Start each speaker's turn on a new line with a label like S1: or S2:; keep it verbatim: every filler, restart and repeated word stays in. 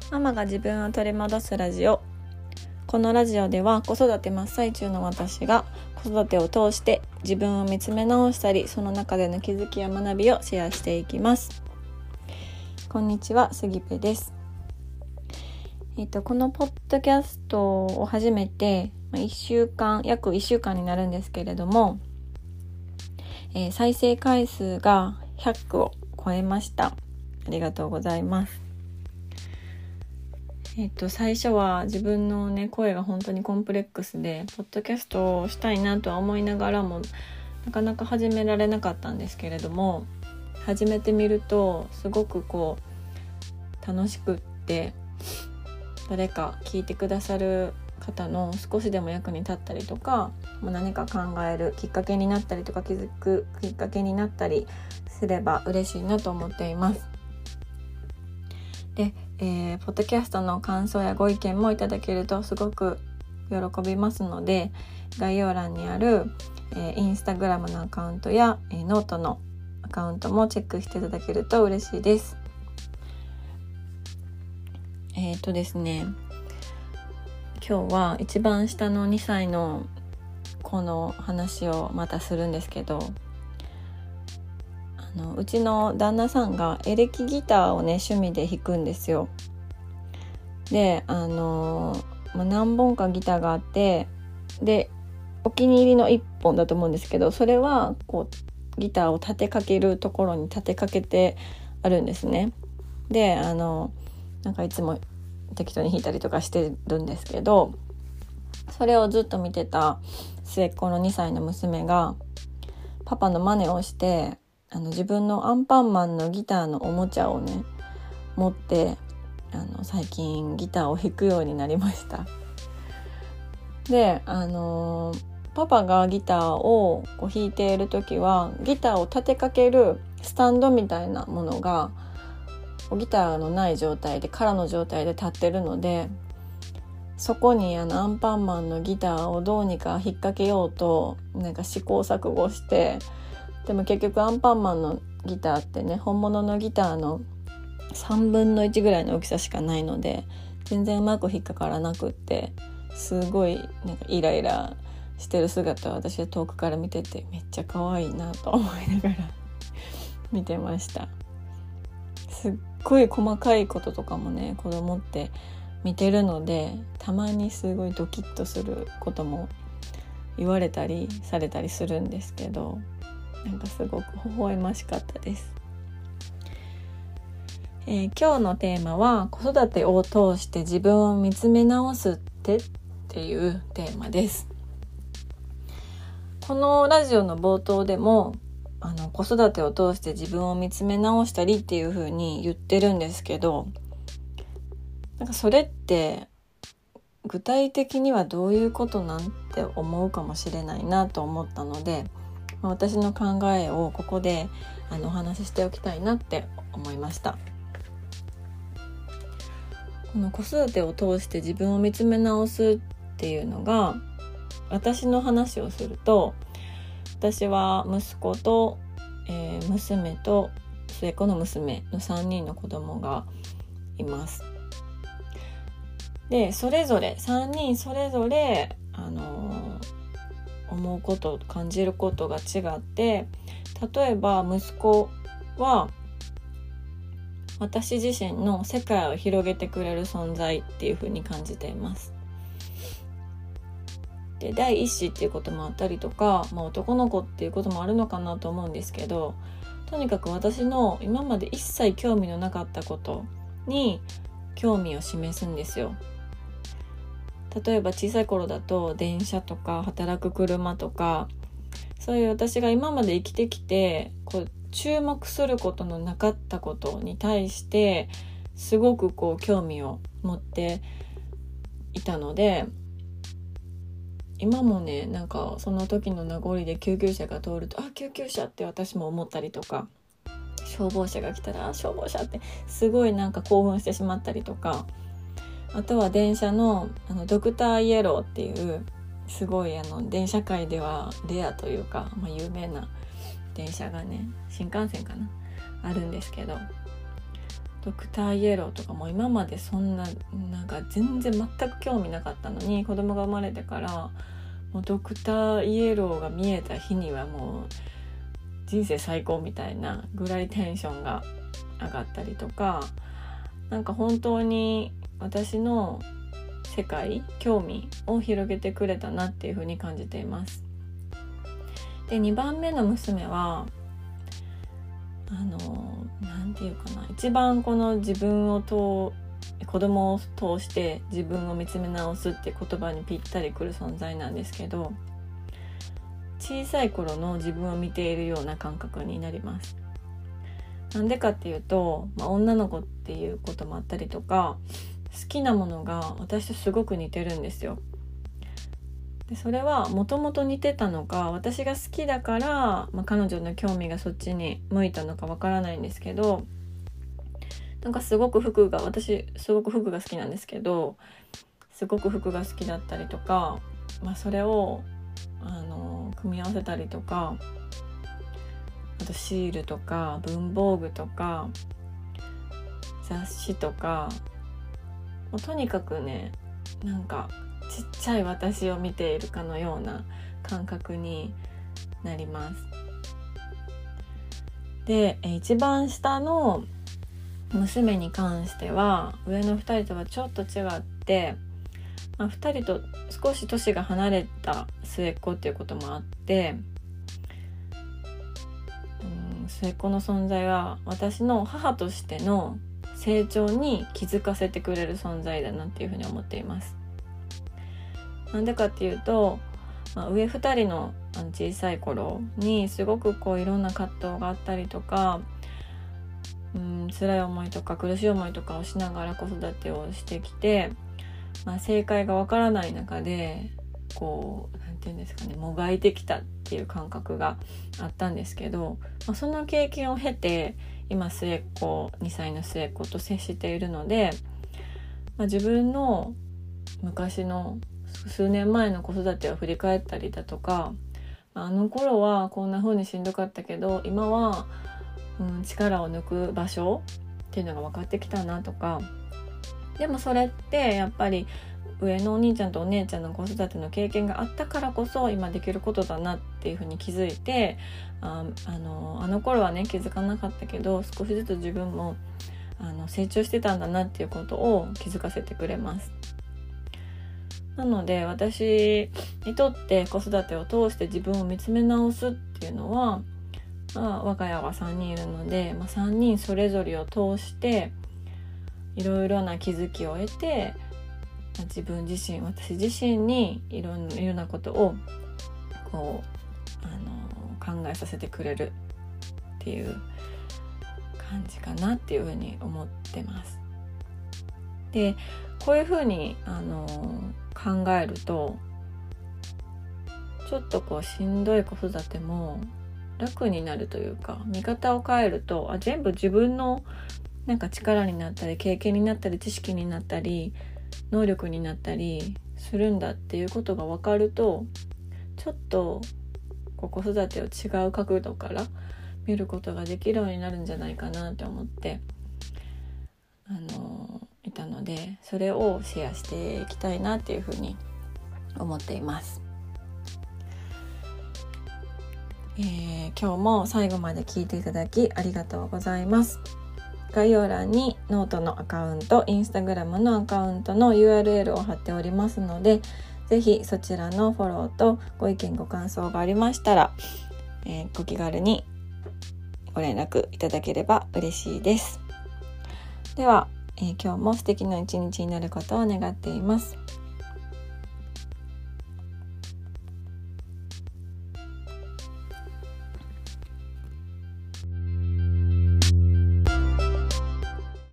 S1: ママが自分を取り戻すラジオ。このラジオでは子育て真っ最中の私が子育てを通して自分を見つめ直したり、その中での気づきや学びをシェアしていきます。こんにちは、杉部です。えっと、このポッドキャストを始めていっしゅうかん、約いっしゅうかんになるんですけれども、えー、再生回数がひゃくを超えました。ありがとうございます。えっと、最初は自分のね、声が本当にコンプレックスで、ポッドキャストをしたいなとは思いながらも、なかなか始められなかったんですけれども、始めてみると、すごくこう、楽しくって、誰か聞いてくださる方の少しでも役に立ったりとか、何か考えるきっかけになったりとか、気づくきっかけになったりすれば嬉しいなと思っています。で、えー、ポッドキャストの感想やご意見もいただけるとすごく喜びますので、概要欄にある、えー、インスタグラムのアカウントや、えー、ノートのアカウントもチェックしていただけると嬉しいです。えーとですね、今日は一番下のにさいの子の話をまたするんですけど、あのうちの旦那さんがエレキギターをね趣味で弾くんですよ。で、あのまあ、何本かギターがあって、でお気に入りのいっぽんだと思うんですけど、それはこうギターを立てかけるところに立てかけてあるんですね。で、あのなんかいつも適当に弾いたりとかしてるんですけど、それをずっと見てた末っ子のにさいの娘がパパの真似をして、あの自分のアンパンマンのギターのおもちゃをね持って、あの最近ギターを弾くようになりました。で、あのー、パパがギターをこう弾いている時はギターを立てかけるスタンドみたいなものがギターのない状態で空の状態で立ってるので、そこにあのアンパンマンのギターをどうにか引っ掛けようとなんか試行錯誤して、でも結局アンパンマンのギターってね、本物のギターのさんぶんのいちぐらいの大きさしかないので、全然うまく引っかからなくって、すごいなんかイライラしてる姿を私は遠くから見てて、めっちゃ可愛いなと思いながら見てました。すっごい細かいこととかもね、子供って見てるので、たまにすごいドキッとすることも言われたりされたりするんですけど、なんかすごく微笑ましかったです。えー、今日のテーマは子育てを通して自分を見つめ直すってっていうテーマです。このラジオの冒頭でもあの子育てを通して自分を見つめ直したりっていう風に言ってるんですけど、なんかそれって具体的にはどういうことなんて思うかもしれないなと思ったので、私の考えをここであのお話ししておきたいなって思いました。この子育てを通して自分を見つめ直すっていうのが、私の話をすると、私は息子と、えー、娘と末っ子の娘のさんにんの子供がいます。で、それぞれさんにんそれぞれあのー思うこと感じることが違って、例えば息子は私自身の世界を広げてくれる存在っていう風に感じています。で、第一子っていうこともあったりとか、まあ、男の子っていうこともあるのかなと思うんですけど、とにかく私の今まで一切興味のなかったことに興味を示すんですよ。例えば小さい頃だと電車とか働く車とか、そういう私が今まで生きてきてこう注目することのなかったことに対してすごくこう興味を持っていたので、今もね、なんかその時の名残で救急車が通ると、あ、救急車って私も思ったりとか、消防車が来たら、あ、消防車ってすごいなんか興奮してしまったりとか、あとは電車の、あのドクターイエローっていうすごいあの電車界ではレアというか、まあ、有名な電車がね、新幹線かな、あるんですけど、 ドクターイエローとかも今までそんななんか全然全く興味なかったのに、子供が生まれてからもうドクターイエローが見えた日にはもう人生最高みたいなぐらいテンションが上がったりとか、なんか本当に私の世界、興味を広げてくれたなっていう風に感じています。で、にばんめの娘はあのなんていうかな、一番この自分をと子供を通して自分を見つめ直すっていう言葉にぴったりくる存在なんですけど、小さい頃の自分を見ているような感覚になります。なんでかっていうと、まあ、女の子っていうこともあったりとか、好きなものが私とすごく似てるんですよ。でそれはもともと似てたのか、私が好きだから、まあ、彼女の興味がそっちに向いたのかわからないんですけど、なんかすごく服が私すごく服が好きなんですけど、すごく服が好きだったりとか、まあ、それをあの組み合わせたりとか、あとシールとか文房具とか雑誌とか、もうとにかくね、なんかちっちゃい私を見ているかのような感覚になります。で、一番下の娘に関しては上のふたりとはちょっと違って、まあ、ふたりと少し年が離れた末っ子っていうこともあって、うん、末っ子の存在は私の母としての成長に気づかせてくれる存在だなっていうふうに思っています。なんでかっていうと、まあ、上ふたりの小さい頃にすごくこういろんな葛藤があったりとか、うん、辛い思いとか苦しい思いとかをしながら子育てをしてきて、まあ、正解がわからない中でこうなんていうんですかね、もがいてきたっていう感覚があったんですけど、まあ、その経験を経て今末っ子にさいの末っ子と接しているので、まあ、自分の昔の数年前の子育てを振り返ったりだとか、あの頃はこんな風にしんどかったけど今は、うん、力を抜く場所っていうのが分かってきたなとか、でもそれってやっぱり上のお兄ちゃんとお姉ちゃんの子育ての経験があったからこそ今できることだなっていう風に気づいて、あ, あ, のあの頃はね気づかなかったけど少しずつ自分もあの成長してたんだなっていうことを気づかせてくれます。なので私にとって子育てを通して自分を見つめ直すっていうのは、まあ、我が家はさんにんいるので、まあ、さんにんそれぞれを通していろいろな気づきを得て、まあ、自分自身私自身にいろんなことをこうあの考えさせてくれるっていう感じかなっていうふうに思ってます。でこういうふうにあの考えるとちょっとこうしんどい子育ても楽になるというか、見方を変えるとあ全部自分のなんか力になったり経験になったり知識になったり能力になったりするんだっていうことが分かると、ちょっとこう子育てを違う角度から見ることができるようになるんじゃないかなと思ってあのいたので、それをシェアしていきたいなっていうふうに思っています。えー、今日も最後まで聞いていただきありがとうございます。概要欄にノートのアカウント、インスタグラムのアカウントの ユーアールエル を貼っておりますので、ぜひそちらのフォローとご意見ご感想がありましたら、えー、ご気軽にご連絡いただければ嬉しいです。では、えー、今日も素敵な一日になることを願っています。